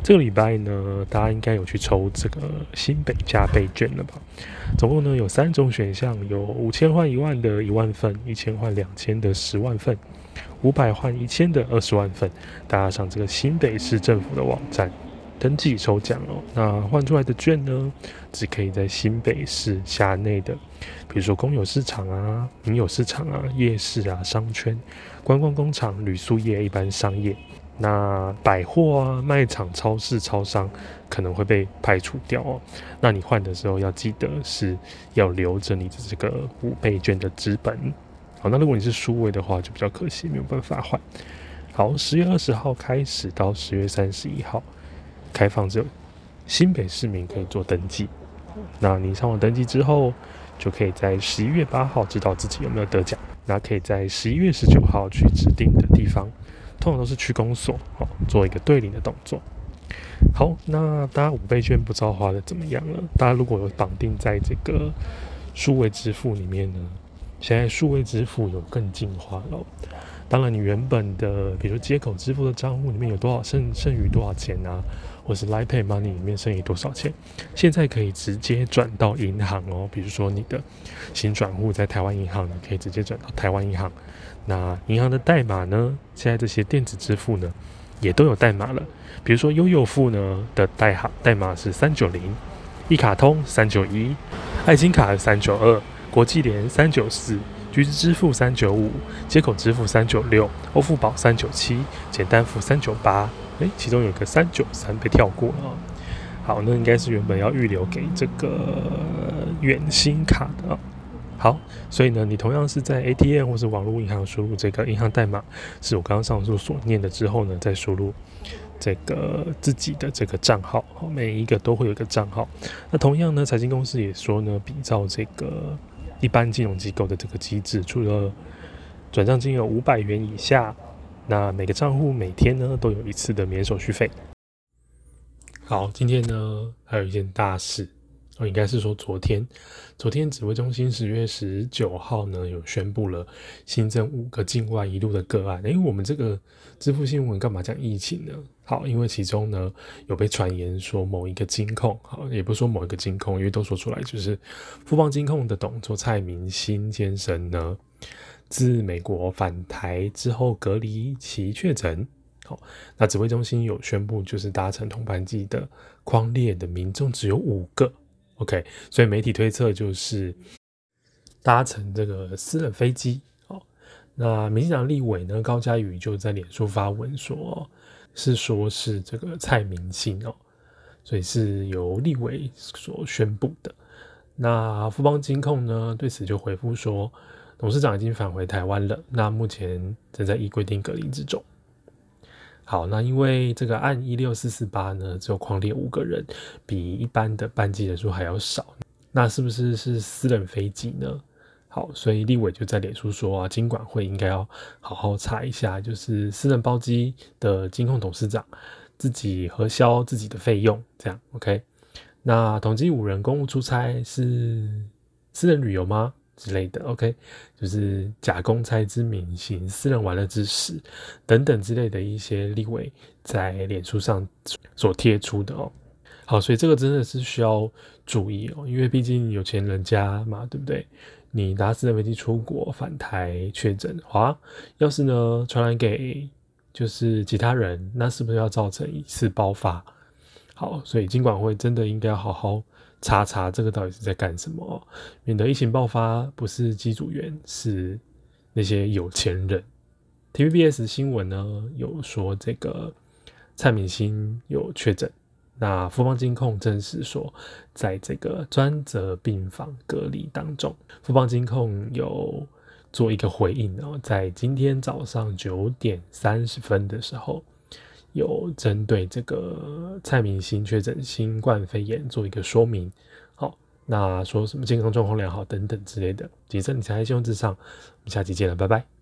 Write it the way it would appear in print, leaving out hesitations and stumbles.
这个礼拜呢，大家应该有去抽这个新北加倍券了吧？总共呢有3种选项，有5000换1万的1万份，1000换2000的10万份，500换1000的20万份。大家上这个新北市政府的网站登记抽奖哦。那换出来的券呢，只可以在新北市辖内的，比如说公有市场啊、民有市场啊、夜市啊、商圈、观光工厂、旅宿业、一般商业。那百货啊、卖场、超市、超商可能会被排除掉哦。那你换的时候要记得是要留着你的这个5倍券的纸本。好，那如果你是数位的话，就比较可惜，没有办法换。好，10月20号开始到10月31号开放，只有新北市民可以做登记。那你上网登记之后，就可以在11月8号知道自己有没有得奖。那可以在11月19号去指定的地方，通常都是区公所，做一个对领的动作。好，那大家5倍券不知道花的怎么样了？大家如果有绑定在这个数位支付里面呢，现在数位支付有更进化了。当然，你原本的比如说街口支付的账户里面有多少剩余多少钱啊，或是 Line Pay Money 里面剩余多少钱，现在可以直接转到银行哦。比如说你的新转户在台湾银行，你可以直接转到台湾银行。那银行的代码呢？现在这些电子支付呢，也都有代码了。比如说悠游付呢的代码是390，一卡通391，爱金卡392，国际联394。橘子支付395，街口支付396，欧付宝397，简单付398。其中有个393被跳过了。好，那应该是原本要预留给这个远新卡的。好，所以呢，你同样是在 ATM 或是网络银行输入这个银行代码，是我刚刚上述所念的之后呢，再输入这个自己的这个账号，每一个都会有一个账号。那同样呢，财经公司也说呢，比照这个一般金融机构的这个机制，除了转账金额500元以下，那每个账户每天呢都有1次的免手续费。好，今天呢还有一件大事。应该是说昨天指挥中心10月19号呢有宣布了新增5个境外移入的个案。我们这个支付新闻干嘛讲疫情呢？好，因为其中呢有被传言说某一个金控，好，也不是说某一个金控，因为都说出来就是富邦金控的董座蔡明兴先生呢，自美国返台之后隔离期确诊。好，那指挥中心有宣布，就是搭乘同班机的匡列的民众只有5个。OK， 所以媒体推测就是搭乘这个私人飞机。那民进党立委呢高嘉瑜就在脸书发文说，是这个蔡明兴所以是由立委所宣布的。那富邦金控呢对此就回复说，董事长已经返回台湾了，那目前正在依规定隔离之中。好，那因为这个按16448呢，只有匡列5个人，比一般的班机人数还要少。那是不是私人飞机呢？好，所以立委就在脸书说啊，金管会应该要好好查一下，就是私人包机的金控董事长自己核销自己的费用，这样 OK。那统计5人公务出差是私人旅游吗？之类的 OK， 就是假公差之名行私人玩乐之实等等之类的一些立委在脸书上所贴出的好，所以这个真的是需要注意因为毕竟有钱人家嘛，对不对？你搭私人飞机出国返台确诊，要是呢传染给就是其他人，那是不是要造成一次爆发？好，所以金管会真的应该要好好查这个到底是在干什么免得疫情爆发不是机组员，是那些有钱人。TVBS 新闻呢有说这个蔡明兴有确诊，那富邦金控证实说在这个专责病房隔离当中。富邦金控有做一个回应在今天早上9点30分的时候，有针对这个蔡明兴确诊新冠肺炎做一个说明。好，那说什么健康状况良好等等之类的，谨慎理财，信用至上。我们下期见了，拜拜。